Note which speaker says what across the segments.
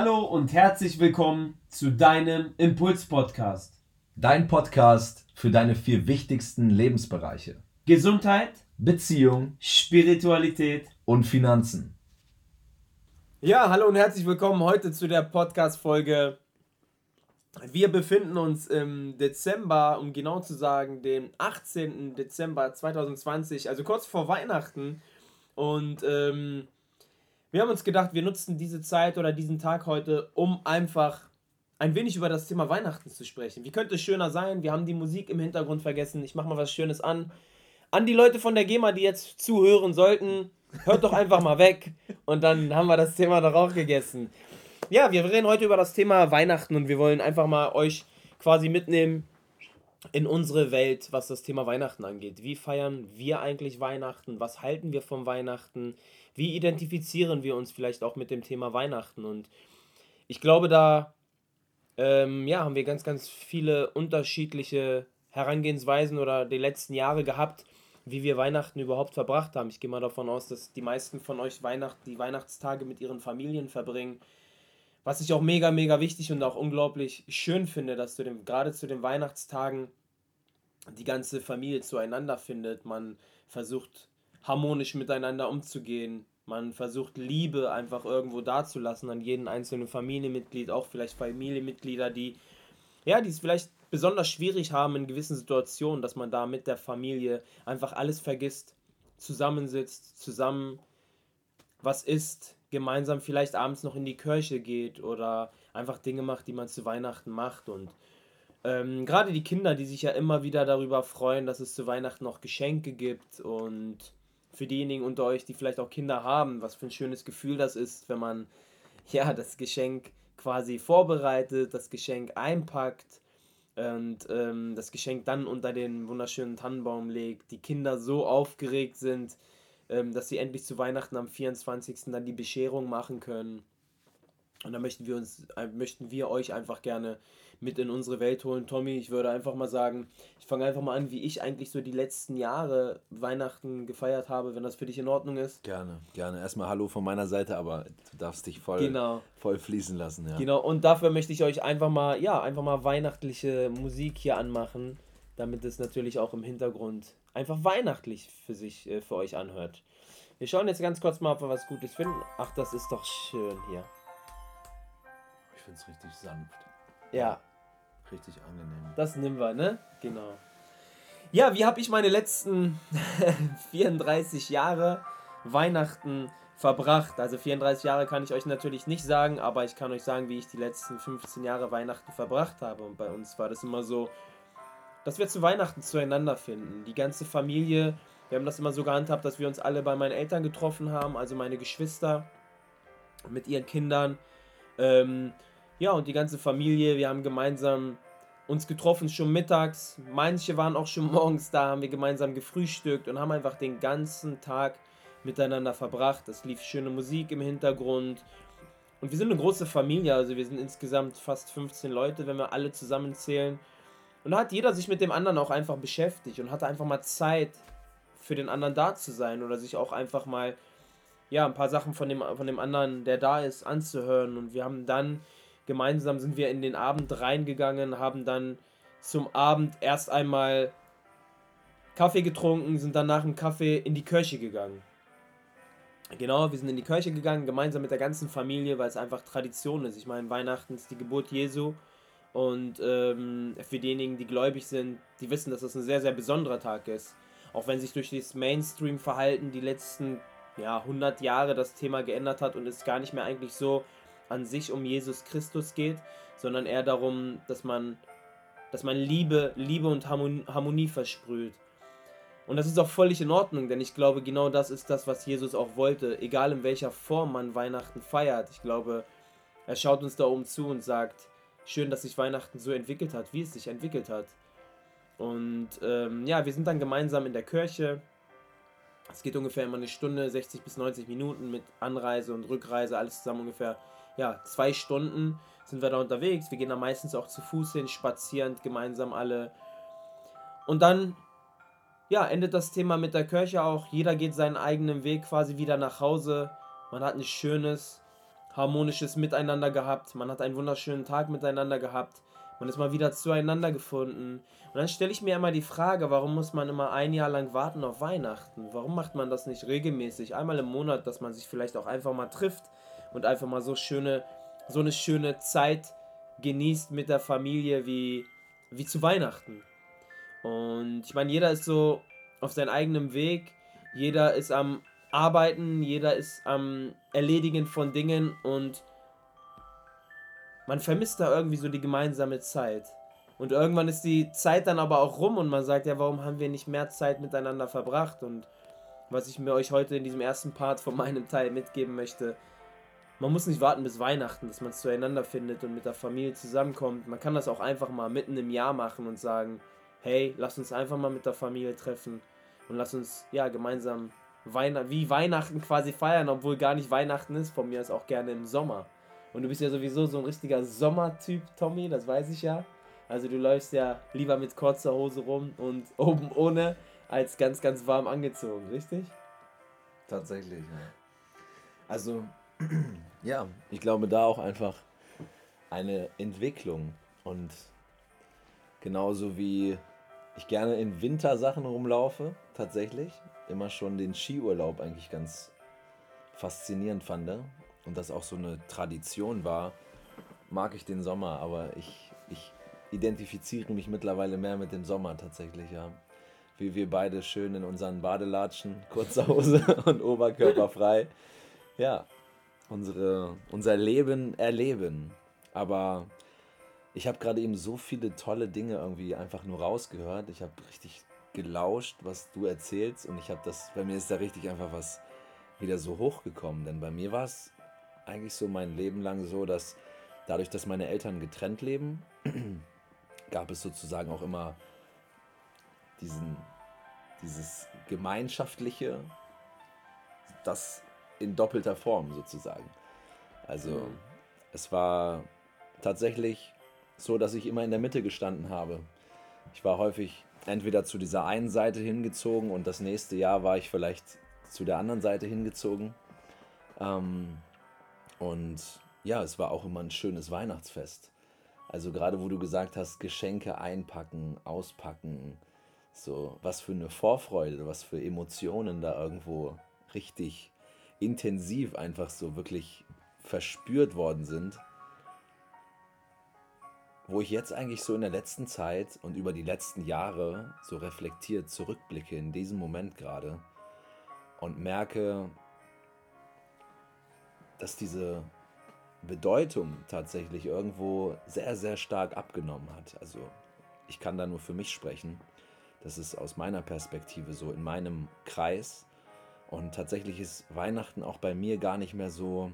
Speaker 1: Hallo und herzlich willkommen zu deinem Impuls-Podcast.
Speaker 2: Dein Podcast für deine 4 wichtigsten Lebensbereiche:
Speaker 1: Gesundheit,
Speaker 2: Beziehung,
Speaker 1: Spiritualität
Speaker 2: und Finanzen.
Speaker 1: Ja, hallo und herzlich willkommen heute zu der Podcast-Folge. Wir befinden uns im Dezember, um genau zu sagen, den 18. Dezember 2020, also kurz vor Weihnachten. Und wir haben uns gedacht, wir nutzen diese Zeit oder diesen Tag heute, um einfach ein wenig über das Thema Weihnachten zu sprechen. Wie könnte es schöner sein? Wir haben die Musik im Hintergrund vergessen. Ich mache mal was Schönes an. An die Leute von der GEMA, die jetzt zuhören sollten, hört doch einfach mal weg und dann haben wir das Thema doch auch gegessen. Ja, wir reden heute über das Thema Weihnachten und wir wollen einfach mal euch quasi mitnehmen in unsere Welt, was das Thema Weihnachten angeht. Wie feiern wir eigentlich Weihnachten? Was halten wir vom Weihnachten? Wie identifizieren wir uns vielleicht auch mit dem Thema Weihnachten? Und ich glaube, da haben wir ganz, ganz viele unterschiedliche Herangehensweisen oder die letzten Jahre gehabt, wie wir Weihnachten überhaupt verbracht haben. Ich gehe mal davon aus, dass die meisten von euch die Weihnachtstage mit ihren Familien verbringen. Was ich auch mega, mega wichtig und auch unglaublich schön finde, dass gerade zu den Weihnachtstagen die ganze Familie zueinander findet. Man versucht harmonisch miteinander umzugehen. Man versucht Liebe einfach irgendwo dazulassen an jeden einzelnen Familienmitglied, auch vielleicht Familienmitglieder, die es vielleicht besonders schwierig haben in gewissen Situationen, dass man da mit der Familie einfach alles vergisst, zusammensitzt, zusammen was isst, gemeinsam vielleicht abends noch in die Kirche geht oder einfach Dinge macht, die man zu Weihnachten macht. Und gerade die Kinder, die sich ja immer wieder darüber freuen, dass es zu Weihnachten noch Geschenke gibt, und für diejenigen unter euch, die vielleicht auch Kinder haben, was für ein schönes Gefühl das ist, wenn man ja das Geschenk quasi vorbereitet, das Geschenk einpackt und das Geschenk dann unter den wunderschönen Tannenbaum legt, die Kinder so aufgeregt sind, dass sie endlich zu Weihnachten am 24. dann die Bescherung machen können. Und da möchten wir euch einfach gerne mit in unsere Welt holen. Tommy, ich würde einfach mal sagen, ich fange einfach mal an, wie ich eigentlich so die letzten Jahre Weihnachten gefeiert habe, wenn das für dich in Ordnung ist.
Speaker 2: Gerne. Erstmal Hallo von meiner Seite, aber du darfst dich voll fließen lassen. Ja.
Speaker 1: Genau, und dafür möchte ich euch einfach mal weihnachtliche Musik hier anmachen, damit es natürlich auch im Hintergrund einfach weihnachtlich für euch anhört. Wir schauen jetzt ganz kurz mal, ob wir was Gutes finden. Ach, das ist doch schön hier.
Speaker 2: Ich finde es richtig sanft.
Speaker 1: Ja.
Speaker 2: Richtig angenehm.
Speaker 1: Das nehmen wir, ne? Genau. Ja, wie habe ich meine letzten 34 Jahre Weihnachten verbracht? Also 34 Jahre kann ich euch natürlich nicht sagen, aber ich kann euch sagen, wie ich die letzten 15 Jahre Weihnachten verbracht habe. Und bei uns war das immer so, dass wir zu Weihnachten zueinander finden. Die ganze Familie, wir haben das immer so gehandhabt, dass wir uns alle bei meinen Eltern getroffen haben, also meine Geschwister mit ihren Kindern. Und die ganze Familie, wir haben gemeinsam uns getroffen, schon mittags. Manche waren auch schon morgens da, haben wir gemeinsam gefrühstückt und haben einfach den ganzen Tag miteinander verbracht. Es lief schöne Musik im Hintergrund. Und wir sind eine große Familie, also wir sind insgesamt fast 15 Leute, wenn wir alle zusammenzählen. Und da hat jeder sich mit dem anderen auch einfach beschäftigt und hatte einfach mal Zeit, für den anderen da zu sein oder sich auch einfach mal ein paar Sachen von dem anderen, der da ist, anzuhören. Und wir haben dann gemeinsam sind wir in den Abend reingegangen, haben dann zum Abend erst einmal Kaffee getrunken, sind dann nach dem Kaffee in die Kirche gegangen. Genau, wir sind in die Kirche gegangen, gemeinsam mit der ganzen Familie, weil es einfach Tradition ist. Ich meine, Weihnachten ist die Geburt Jesu. Und für diejenigen, die gläubig sind, die wissen, dass das ein sehr, sehr besonderer Tag ist. Auch wenn sich durch das Mainstream-Verhalten die letzten 100 Jahre das Thema geändert hat und es gar nicht mehr eigentlich so an sich um Jesus Christus geht, sondern eher darum, dass man Liebe und Harmonie versprüht. Und das ist auch völlig in Ordnung, denn ich glaube, genau das ist das, was Jesus auch wollte, egal in welcher Form man Weihnachten feiert. Ich glaube, er schaut uns da oben zu und sagt, schön, dass sich Weihnachten so entwickelt hat, wie es sich entwickelt hat. Und wir sind dann gemeinsam in der Kirche. Es geht ungefähr immer eine Stunde, 60 bis 90 Minuten mit Anreise und Rückreise, alles zusammen ungefähr 2 Stunden sind wir da unterwegs. Wir gehen da meistens auch zu Fuß hin, spazierend gemeinsam alle. Und dann endet das Thema mit der Kirche auch. Jeder geht seinen eigenen Weg quasi wieder nach Hause. Man hat ein schönes, harmonisches Miteinander gehabt, man hat einen wunderschönen Tag miteinander gehabt, man ist mal wieder zueinander gefunden. Und dann stelle ich mir immer die Frage, warum muss man immer ein Jahr lang warten auf Weihnachten? Warum macht man das nicht regelmäßig, einmal im Monat, dass man sich vielleicht auch einfach mal trifft und einfach mal so eine schöne Zeit genießt mit der Familie wie zu Weihnachten. Und ich meine, jeder ist so auf seinem eigenen Weg, jeder ist am Arbeiten, jeder ist am Erledigen von Dingen und man vermisst da irgendwie so die gemeinsame Zeit. Und irgendwann ist die Zeit dann aber auch rum und man sagt, ja, warum haben wir nicht mehr Zeit miteinander verbracht? Und was ich mir euch heute in diesem ersten Part von meinem Teil mitgeben möchte, man muss nicht warten bis Weihnachten, dass man zueinander findet und mit der Familie zusammenkommt. Man kann das auch einfach mal mitten im Jahr machen und sagen, hey, lass uns einfach mal mit der Familie treffen und lass uns ja gemeinsam wie Weihnachten quasi feiern, obwohl gar nicht Weihnachten ist. Von mir ist auch gerne im Sommer. Und du bist ja sowieso so ein richtiger Sommertyp, Tommy, das weiß ich ja. Also du läufst ja lieber mit kurzer Hose rum und oben ohne als ganz, ganz warm angezogen, richtig?
Speaker 2: Tatsächlich, ja. Also, ja, ich glaube da auch einfach eine Entwicklung. Und genauso wie ich gerne in Wintersachen rumlaufe, tatsächlich, immer schon den Skiurlaub eigentlich ganz faszinierend fand und das auch so eine Tradition war, mag ich den Sommer, aber ich identifiziere mich mittlerweile mehr mit dem Sommer tatsächlich, ja. Wie wir beide schön in unseren Badelatschen, kurzer Hose und Oberkörper frei, ja, unser Leben erleben. Aber ich habe gerade eben so viele tolle Dinge irgendwie einfach nur rausgehört. Ich habe richtig gelauscht, was du erzählst und bei mir ist da richtig einfach was wieder so hochgekommen. Denn bei mir war es eigentlich so mein Leben lang so, dass dadurch, dass meine Eltern getrennt leben, gab es sozusagen auch immer dieses Gemeinschaftliche, das in doppelter Form sozusagen. Also es war tatsächlich so, dass ich immer in der Mitte gestanden habe. Ich war häufig entweder zu dieser einen Seite hingezogen und das nächste Jahr war ich vielleicht zu der anderen Seite hingezogen. Und ja, es war auch immer ein schönes Weihnachtsfest. Also gerade wo du gesagt hast, Geschenke einpacken, auspacken, so was für eine Vorfreude, was für Emotionen da irgendwo richtig intensiv einfach so wirklich verspürt worden sind, wo ich jetzt eigentlich so in der letzten Zeit und über die letzten Jahre so reflektiert zurückblicke in diesem Moment gerade und merke, dass diese Bedeutung tatsächlich irgendwo sehr, sehr stark abgenommen hat. Also ich kann da nur für mich sprechen. Das ist aus meiner Perspektive so in meinem Kreis. Und tatsächlich ist Weihnachten auch bei mir gar nicht mehr so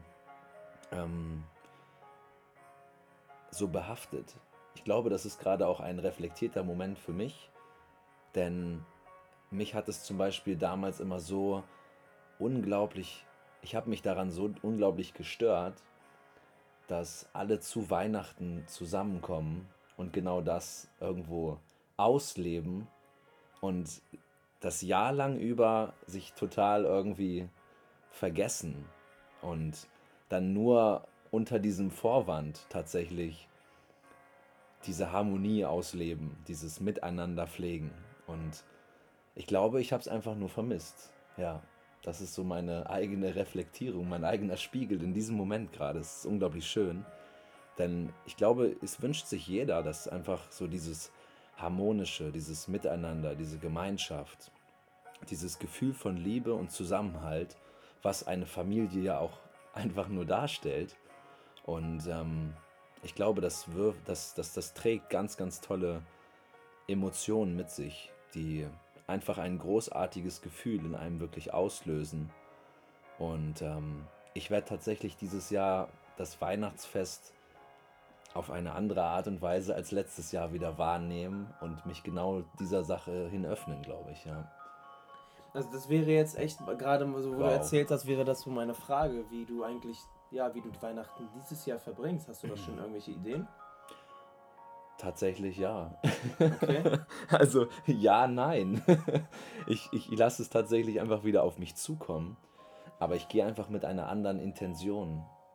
Speaker 2: behaftet. Ich glaube, das ist gerade auch ein reflektierter Moment für mich, denn mich hat es zum Beispiel damals immer so unglaublich, ich habe mich daran so unglaublich gestört, dass alle zu Weihnachten zusammenkommen und genau das irgendwo ausleben und das Jahr lang über sich total irgendwie vergessen und dann nur unter diesem Vorwand tatsächlich diese Harmonie ausleben, dieses Miteinander pflegen. Und ich glaube, ich habe es einfach nur vermisst. Ja, das ist so meine eigene Reflektierung, mein eigener Spiegel in diesem Moment gerade. Es ist unglaublich schön, denn ich glaube, es wünscht sich jeder, dass einfach so dieses Harmonische, dieses Miteinander, diese Gemeinschaft, dieses Gefühl von Liebe und Zusammenhalt, was eine Familie ja auch einfach nur darstellt. Und ich glaube, das trägt ganz, ganz tolle Emotionen mit sich, die einfach ein großartiges Gefühl in einem wirklich auslösen. Und ich werde tatsächlich dieses Jahr das Weihnachtsfest auf eine andere Art und Weise als letztes Jahr wieder wahrnehmen und mich genau dieser Sache hin öffnen, glaube ich, ja.
Speaker 1: Also das wäre jetzt echt, gerade so, wo du erzählt hast, wäre das so meine Frage, wie du die Weihnachten dieses Jahr verbringst. Hast du da schon irgendwelche Ideen?
Speaker 2: Tatsächlich ja. Okay. Also ja, nein. Ich lasse es tatsächlich einfach wieder auf mich zukommen. Aber ich gehe einfach mit einer anderen Intention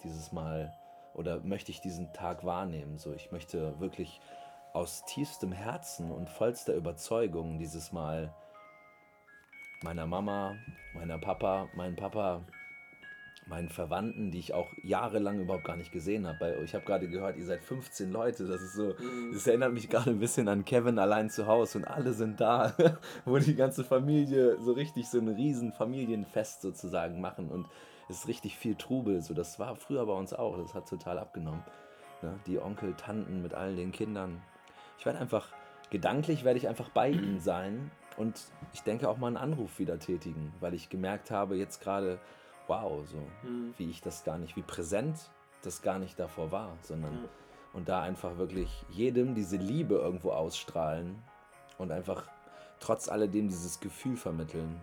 Speaker 2: dieses Mal oder möchte ich diesen Tag wahrnehmen. So, ich möchte wirklich aus tiefstem Herzen und vollster Überzeugung dieses Mal meiner Mama, meinem Papa, meinen Verwandten, die ich auch jahrelang überhaupt gar nicht gesehen habe. Ich habe gerade gehört, ihr seid 15 Leute. Das ist so, das erinnert mich gerade ein bisschen an Kevin allein zu Hause und alle sind da, wo die ganze Familie so richtig so ein riesen Familienfest sozusagen machen und es ist richtig viel Trubel. So, das war früher bei uns auch. Das hat total abgenommen. Ne? Die Onkel, Tanten mit all den Kindern. Gedanklich werde ich einfach bei ihnen sein und ich denke auch mal einen Anruf wieder tätigen, weil ich gemerkt habe, jetzt gerade, wow, so wie ich das gar nicht, wie präsent das gar nicht davor war, sondern und da einfach wirklich jedem diese Liebe irgendwo ausstrahlen und einfach trotz alledem dieses Gefühl vermitteln.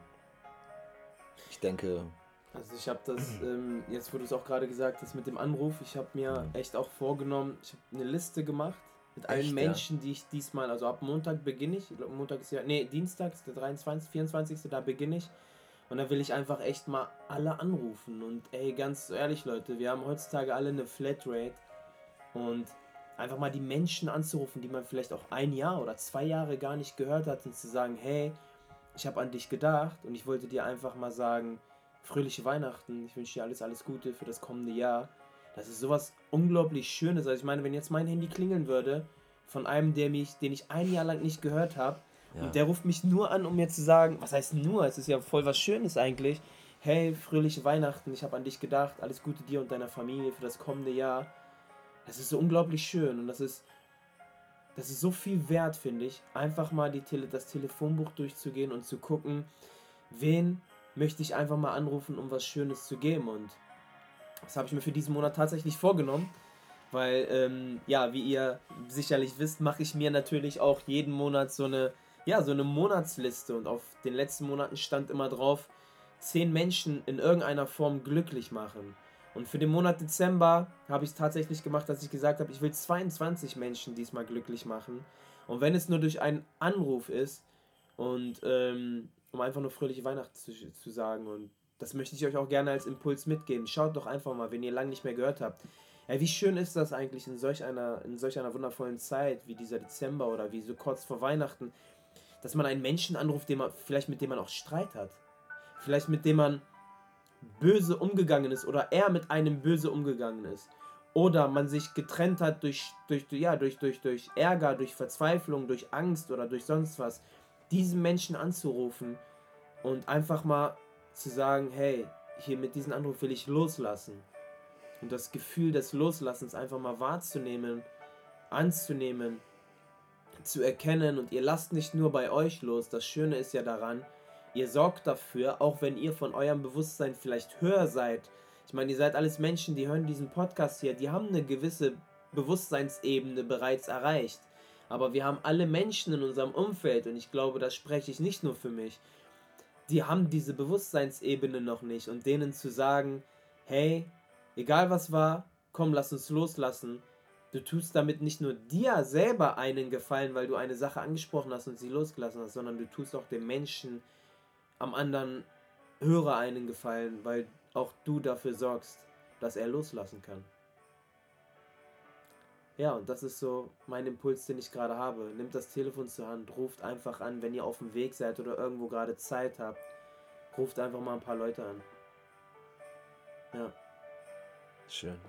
Speaker 2: Ich denke...
Speaker 1: Also ich habe das, jetzt wo du es auch gerade gesagt hast mit dem Anruf, ich habe mir echt auch vorgenommen, ich habe eine Liste gemacht mit allen Menschen, die ich diesmal, also ab Montag beginne ich glaube Montag ist ja, Dienstag ist der 23., 24., da beginne ich. Und da will ich einfach echt mal alle anrufen. Und ey, ganz ehrlich Leute, wir haben heutzutage alle eine Flatrate. Und einfach mal die Menschen anzurufen, die man vielleicht auch 1 Jahr oder 2 Jahre gar nicht gehört hat. Und zu sagen, hey, ich habe an dich gedacht. Und ich wollte dir einfach mal sagen, fröhliche Weihnachten. Ich wünsche dir alles Gute für das kommende Jahr. Das ist sowas unglaublich Schönes. Also ich meine, wenn jetzt mein Handy klingeln würde, von einem, den ich 1 Jahr lang nicht gehört habe, und der ruft mich nur an, um mir zu sagen, was heißt nur, es ist ja voll was Schönes eigentlich. Hey, fröhliche Weihnachten, ich habe an dich gedacht, alles Gute dir und deiner Familie für das kommende Jahr. Das ist so unglaublich schön und das ist so viel wert, finde ich. Einfach mal das Telefonbuch durchzugehen und zu gucken, wen möchte ich einfach mal anrufen, um was Schönes zu geben. Und das habe ich mir für diesen Monat tatsächlich vorgenommen. Weil, wie ihr sicherlich wisst, mache ich mir natürlich auch jeden Monat so eine Monatsliste und auf den letzten Monaten stand immer drauf, 10 Menschen in irgendeiner Form glücklich machen. Und für den Monat Dezember habe ich es tatsächlich gemacht, dass ich gesagt habe, ich will 22 Menschen diesmal glücklich machen. Und wenn es nur durch einen Anruf ist und um einfach nur fröhliche Weihnachten zu sagen. Und das möchte ich euch auch gerne als Impuls mitgeben. Schaut doch einfach mal, wenn ihr lange nicht mehr gehört habt. Ja, wie schön ist das eigentlich in solch einer wundervollen Zeit wie dieser Dezember oder wie so kurz vor Weihnachten, dass man einen Menschen anruft, mit dem man auch Streit hat. Vielleicht mit dem man böse umgegangen ist oder er mit einem böse umgegangen ist. Oder man sich getrennt hat durch Ärger, durch Verzweiflung, durch Angst oder durch sonst was. Diesen Menschen anzurufen und einfach mal zu sagen, hey, hier mit diesem Anruf will ich loslassen. Und das Gefühl des Loslassens einfach mal wahrzunehmen, anzunehmen, zu erkennen. Und ihr lasst nicht nur bei euch los. Das Schöne ist ja daran, ihr sorgt dafür, auch wenn ihr von eurem Bewusstsein vielleicht höher seid. Ich meine, ihr seid alles Menschen, die hören diesen Podcast hier, die haben eine gewisse Bewusstseinsebene bereits erreicht. Aber wir haben alle Menschen in unserem Umfeld, und ich glaube, das spreche ich nicht nur für mich, die haben diese Bewusstseinsebene noch nicht. Und denen zu sagen, hey, egal was war, komm, lass uns loslassen. Du tust damit nicht nur dir selber einen Gefallen, weil du eine Sache angesprochen hast und sie losgelassen hast, sondern du tust auch dem Menschen am anderen Hörer einen Gefallen, weil auch du dafür sorgst, dass er loslassen kann. Ja, und das ist so mein Impuls, den ich gerade habe. Nehmt das Telefon zur Hand, ruft einfach an, wenn ihr auf dem Weg seid oder irgendwo gerade Zeit habt. Ruft einfach mal ein paar Leute an. Ja.
Speaker 2: Schön.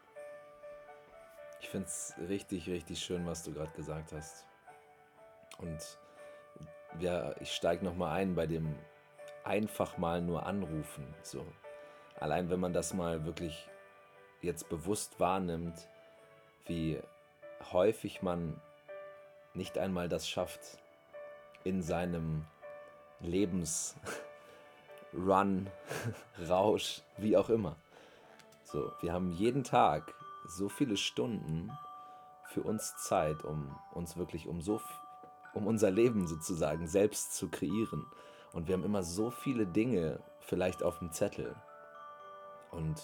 Speaker 2: Ich finde es richtig, richtig schön, was du gerade gesagt hast. Und ja, ich steige nochmal ein bei dem einfach mal nur anrufen. So. Allein wenn man das mal wirklich jetzt bewusst wahrnimmt, wie häufig man nicht einmal das schafft, in seinem Lebensrun, Rausch, wie auch immer. So, wir haben jeden Tag so viele Stunden für uns Zeit, um uns wirklich um unser Leben sozusagen selbst zu kreieren. Und wir haben immer so viele Dinge vielleicht auf dem Zettel. Und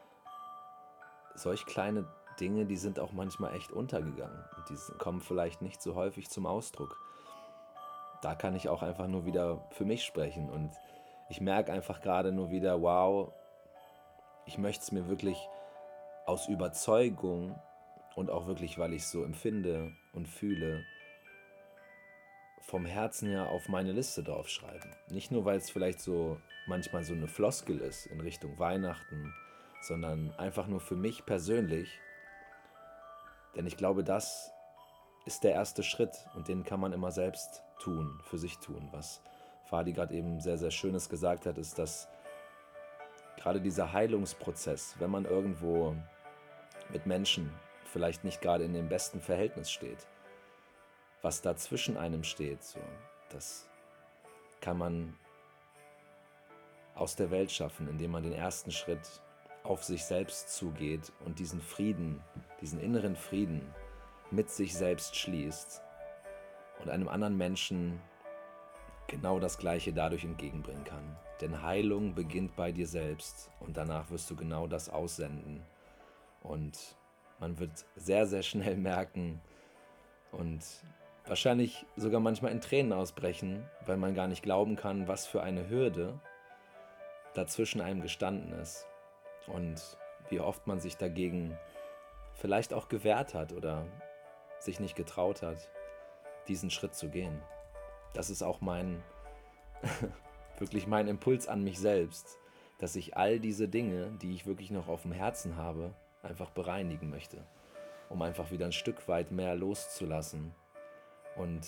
Speaker 2: solch kleine Dinge, die sind auch manchmal echt untergegangen. Und die kommen vielleicht nicht so häufig zum Ausdruck. Da kann ich auch einfach nur wieder für mich sprechen. Und ich merke einfach gerade nur wieder, wow, ich möchte es mir wirklich aus Überzeugung und auch wirklich, weil ich es so empfinde und fühle, vom Herzen her auf meine Liste draufschreiben. Nicht nur, weil es vielleicht so manchmal so eine Floskel ist in Richtung Weihnachten, sondern einfach nur für mich persönlich. Denn ich glaube, das ist der erste Schritt und den kann man immer selbst tun, für sich tun. Was Fadi gerade eben sehr, sehr Schönes gesagt hat, ist, dass gerade dieser Heilungsprozess, wenn man irgendwo mit Menschen vielleicht nicht gerade in dem besten Verhältnis steht, was da zwischen einem steht, so, das kann man aus der Welt schaffen, indem man den ersten Schritt auf sich selbst zugeht und diesen Frieden, diesen inneren Frieden mit sich selbst schließt und einem anderen Menschen genau das Gleiche dadurch entgegenbringen kann. Denn Heilung beginnt bei dir selbst und danach wirst du genau das aussenden. Und man wird sehr, sehr schnell merken und wahrscheinlich sogar manchmal in Tränen ausbrechen, weil man gar nicht glauben kann, was für eine Hürde dazwischen einem gestanden ist und wie oft man sich dagegen vielleicht auch gewehrt hat oder sich nicht getraut hat, diesen Schritt zu gehen. Das ist auch wirklich mein Impuls an mich selbst, dass ich all diese Dinge, die ich wirklich noch auf dem Herzen habe, einfach bereinigen möchte, um einfach wieder ein Stück weit mehr loszulassen und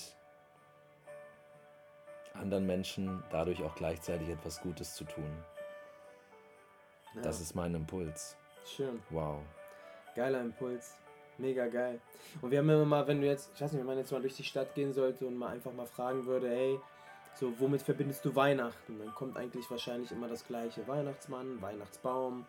Speaker 2: anderen Menschen dadurch auch gleichzeitig etwas Gutes zu tun. Ja. Das ist mein Impuls.
Speaker 1: Schön.
Speaker 2: Wow.
Speaker 1: Geiler Impuls. Mega geil. Und wir haben immer mal, wenn du jetzt, ich weiß nicht, wenn man jetzt mal durch die Stadt gehen sollte und mal einfach mal fragen würde, hey, so, womit verbindest du Weihnachten? Dann kommt eigentlich wahrscheinlich immer das Gleiche. Weihnachtsmann, Weihnachtsbaum,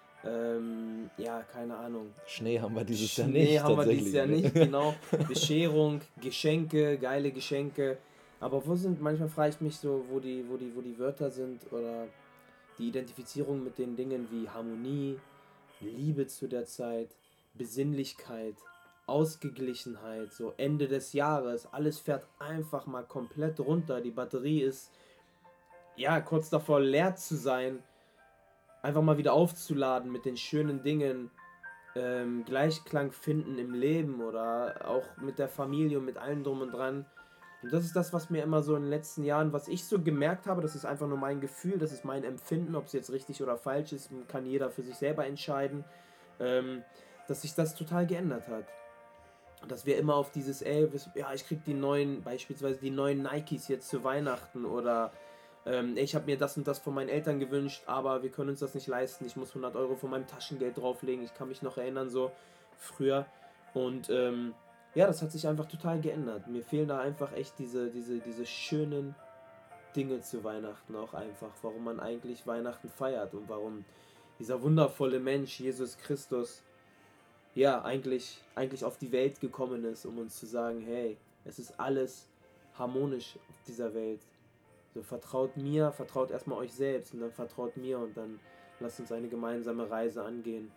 Speaker 1: ja, keine Ahnung.
Speaker 2: Schnee haben wir dieses Jahr nicht.
Speaker 1: Schnee haben wir dieses Jahr nicht, genau. Bescherung, Geschenke, geile Geschenke. Aber manchmal frage ich mich so, wo die Wörter sind oder die Identifizierung mit den Dingen wie Harmonie, Liebe zu der Zeit, Besinnlichkeit, Ausgeglichenheit, so Ende des Jahres, alles fährt einfach mal komplett runter. Die Batterie ist ja kurz davor leer zu sein, einfach mal wieder aufzuladen mit den schönen Dingen, Gleichklang finden im Leben oder auch mit der Familie und mit allem drum und dran. Und das ist das, was mir immer so in den letzten Jahren, was ich so gemerkt habe, das ist einfach nur mein Gefühl, das ist mein Empfinden, ob es jetzt richtig oder falsch ist, kann jeder für sich selber entscheiden, dass sich das total geändert hat. Dass wir immer auf dieses, ja, ich krieg beispielsweise die neuen Nikes jetzt zu Weihnachten oder ich habe mir das und das von meinen Eltern gewünscht, aber wir können uns das nicht leisten, ich muss 100 Euro von meinem Taschengeld drauflegen, ich kann mich noch erinnern, so früher. Und ja, das hat sich einfach total geändert. Mir fehlen da einfach echt diese schönen Dinge zu Weihnachten auch einfach, warum man eigentlich Weihnachten feiert und warum dieser wundervolle Mensch, Jesus Christus, ja, eigentlich auf die Welt gekommen ist, um uns zu sagen, hey, es ist alles harmonisch auf dieser Welt. So, vertraut mir, vertraut erstmal euch selbst und dann vertraut mir und dann lasst uns eine gemeinsame Reise angehen.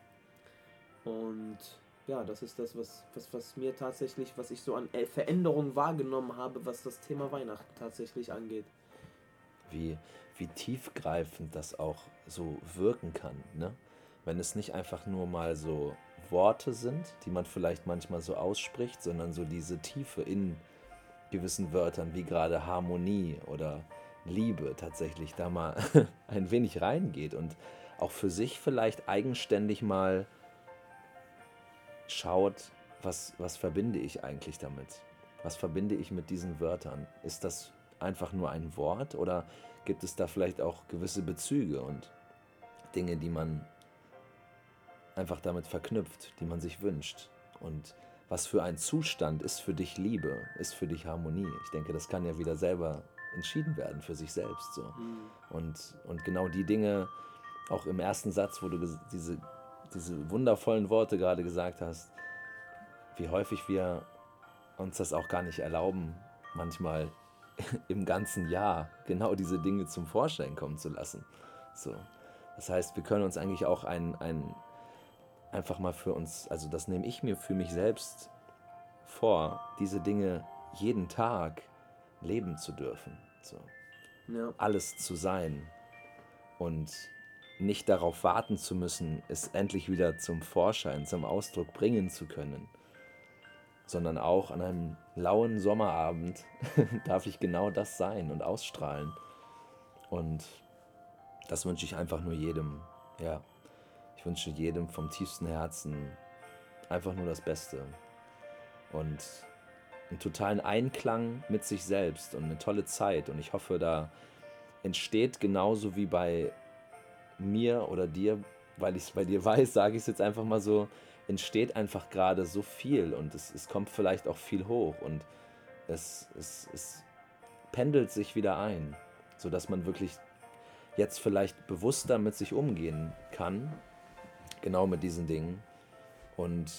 Speaker 1: Und ja, das ist das, was mir tatsächlich, was ich so an Veränderungen wahrgenommen habe, was das Thema Weihnachten tatsächlich angeht.
Speaker 2: Wie tiefgreifend das auch so wirken kann, ne? Wenn es nicht einfach nur mal so Worte sind, die man vielleicht manchmal so ausspricht, sondern so diese Tiefe in gewissen Wörtern, wie gerade Harmonie oder Liebe tatsächlich da mal ein wenig reingeht und auch für sich vielleicht eigenständig mal schaut, was verbinde ich eigentlich damit? Was verbinde ich mit diesen Wörtern? Ist das einfach nur ein Wort oder gibt es da vielleicht auch gewisse Bezüge und Dinge, die man einfach damit verknüpft, die man sich wünscht? Und was für ein Zustand ist für dich Liebe, ist für dich Harmonie? Ich denke, das kann ja wieder selber entschieden werden für sich selbst. So. Und genau die Dinge, auch im ersten Satz, wo du diese wundervollen Worte gerade gesagt hast, wie häufig wir uns das auch gar nicht erlauben, manchmal im ganzen Jahr genau diese Dinge zum Vorschein kommen zu lassen. So. Das heißt, wir können uns eigentlich auch einfach mal für uns, also das nehme ich mir für mich selbst vor, diese Dinge jeden Tag leben zu dürfen. So. Ja. Alles zu sein und nicht darauf warten zu müssen, es endlich wieder zum Vorschein, zum Ausdruck bringen zu können, sondern auch an einem lauen Sommerabend darf ich genau das sein und ausstrahlen. Und das wünsche ich einfach nur jedem. Ja, ich wünsche jedem vom tiefsten Herzen einfach nur das Beste und einen totalen Einklang mit sich selbst und eine tolle Zeit. Und ich hoffe, da entsteht genauso wie bei mir oder dir, weil ich es bei dir weiß, sage ich es jetzt einfach mal so, entsteht einfach gerade so viel und es kommt vielleicht auch viel hoch und es pendelt sich wieder ein, sodass man wirklich jetzt vielleicht bewusster mit sich umgehen kann, genau mit diesen Dingen und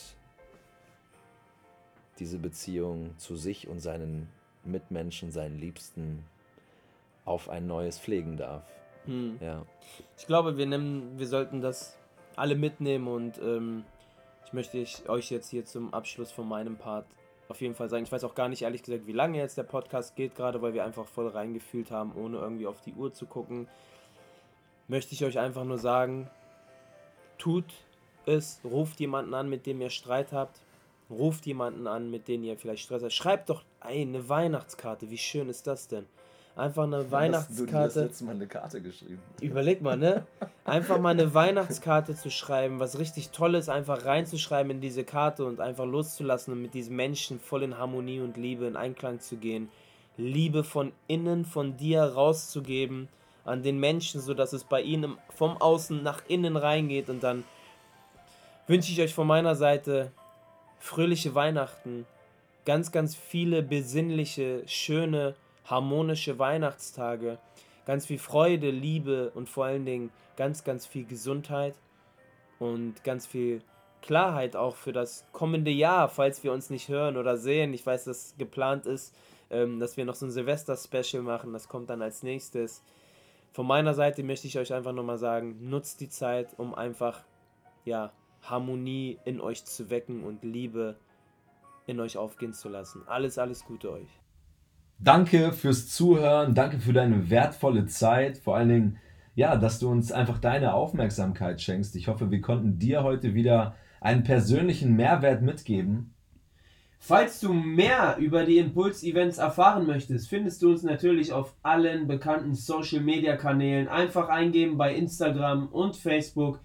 Speaker 2: diese Beziehung zu sich und seinen Mitmenschen, seinen Liebsten auf ein neues pflegen darf. Ja.
Speaker 1: Ich glaube, wir sollten das alle mitnehmen und ich möchte euch jetzt hier zum Abschluss von meinem Part auf jeden Fall sagen, ich weiß auch gar nicht ehrlich gesagt, wie lange jetzt der Podcast geht, gerade weil wir einfach voll reingefühlt haben, ohne irgendwie auf die Uhr zu gucken. Möchte ich euch einfach nur sagen, tut es, ruft jemanden an, mit dem ihr Streit habt, ruft jemanden an, mit dem ihr vielleicht Stress habt, schreibt doch eine Weihnachtskarte, wie schön ist das denn? Einfach eine Weihnachtskarte.
Speaker 2: Du hast letztes Mal eine Karte geschrieben.
Speaker 1: Überleg mal, ne? Einfach mal eine Weihnachtskarte zu schreiben, was richtig Tolles einfach reinzuschreiben in diese Karte und einfach loszulassen und mit diesen Menschen voll in Harmonie und Liebe in Einklang zu gehen. Liebe von innen, von dir rauszugeben an den Menschen, sodass es bei ihnen vom Außen nach innen reingeht. Und dann wünsche ich euch von meiner Seite fröhliche Weihnachten, ganz, ganz viele besinnliche, schöne, harmonische Weihnachtstage, ganz viel Freude, Liebe und vor allen Dingen ganz, ganz viel Gesundheit und ganz viel Klarheit auch für das kommende Jahr, falls wir uns nicht hören oder sehen. Ich weiß, dass geplant ist, dass wir noch so ein Silvester-Special machen, das kommt dann als nächstes. Von meiner Seite möchte ich euch einfach nochmal sagen, nutzt die Zeit, um einfach, ja, Harmonie in euch zu wecken und Liebe in euch aufgehen zu lassen. Alles Gute euch.
Speaker 3: Danke fürs Zuhören, danke für deine wertvolle Zeit, vor allen Dingen, ja, dass du uns einfach deine Aufmerksamkeit schenkst. Ich hoffe, wir konnten dir heute wieder einen persönlichen Mehrwert mitgeben.
Speaker 1: Falls du mehr über die Impuls-Events erfahren möchtest, findest du uns natürlich auf allen bekannten Social-Media-Kanälen. Einfach eingeben bei Instagram und Facebook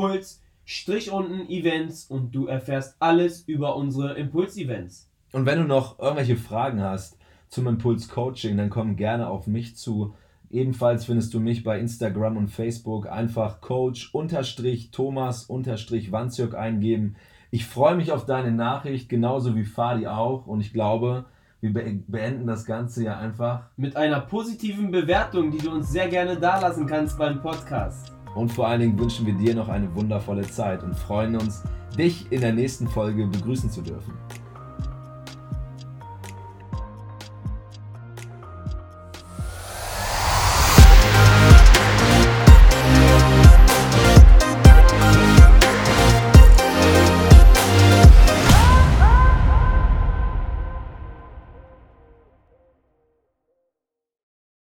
Speaker 1: Impuls-Events und du erfährst alles über unsere Impuls-Events.
Speaker 3: Und wenn du noch irgendwelche Fragen hast zum Impuls-Coaching, dann komm gerne auf mich zu. Ebenfalls findest du mich bei Instagram und Facebook. Einfach Coach_Thomas_Wanzjörg eingeben. Ich freue mich auf deine Nachricht, genauso wie Fadi auch. Und ich glaube, wir beenden das Ganze ja einfach
Speaker 1: mit einer positiven Bewertung, die du uns sehr gerne dalassen kannst beim Podcast.
Speaker 3: Und vor allen Dingen wünschen wir dir noch eine wundervolle Zeit und freuen uns, dich in der nächsten Folge begrüßen zu dürfen.